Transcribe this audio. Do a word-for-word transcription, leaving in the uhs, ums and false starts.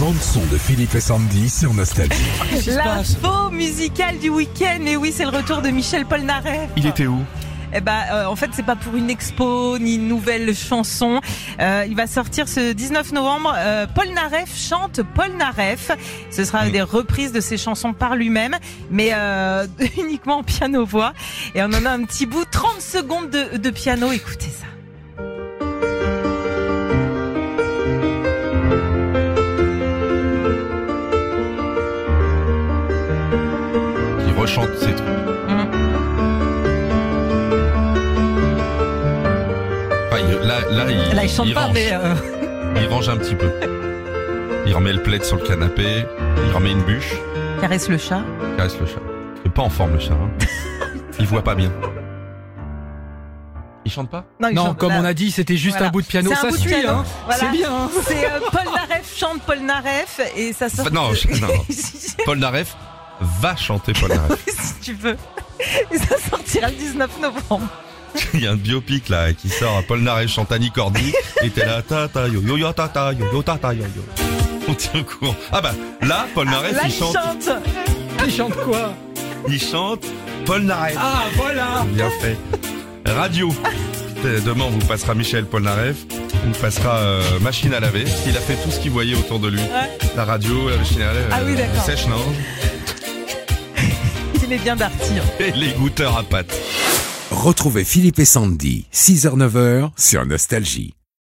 bande-son de Philippe et Sandy sur Nostalgie. L'info musicale du week-end, et oui, c'est le retour de Michel Polnareff. Il était où ? Eh ben, euh, en fait, c'est pas pour une expo ni une nouvelle chanson. Euh, il va sortir ce dix-neuf novembre. Euh, Polnareff chante Polnareff. Ce sera mmh. des reprises de ses chansons par lui-même, mais euh, uniquement en piano-voix. Et on en a un petit bout, trente secondes de, de piano. Écoutez ça. Il rechante ses trucs. Mmh. Là, là, il, là, il chante il pas, range. mais euh... il range un petit peu. Il remet le plaid sur le canapé, il remet une bûche. Caresse le chat. Caresse le chat. Il est pas en forme le chat. Hein. Il voit pas bien. Il chante pas ? Non, non comme là. On a dit, c'était juste voilà. un bout de piano. Ça suit, hein. Voilà. C'est bien. Hein. C'est euh, Polnareff chante Polnareff et ça sort. Non, je... non. Polnareff va chanter Polnareff. Si tu veux. Et ça sortira le dix-neuf novembre. Il y a un biopic là qui sort à Polnareff chante Annie Cordy et t'es là ta ta yo yo yo ta ta yo yo ta ta yo yo. On tient au courant. Ah bah là Polnareff ah, là, il chante. chante. Il chante quoi ? Il chante Polnareff. Ah voilà. Bien fait. Radio. Demain on vous passera Michel Polnareff. On vous passera euh, machine à laver. Il a fait tout ce qu'il voyait autour de lui. Ouais. La radio, la machine à laver. Ah oui d'accord. Sèche-linge. Il est bien darty. Hein. Et les goûteurs à pâtes. Retrouvez Philippe et Sandy, six heures neuf heures sur Nostalgie.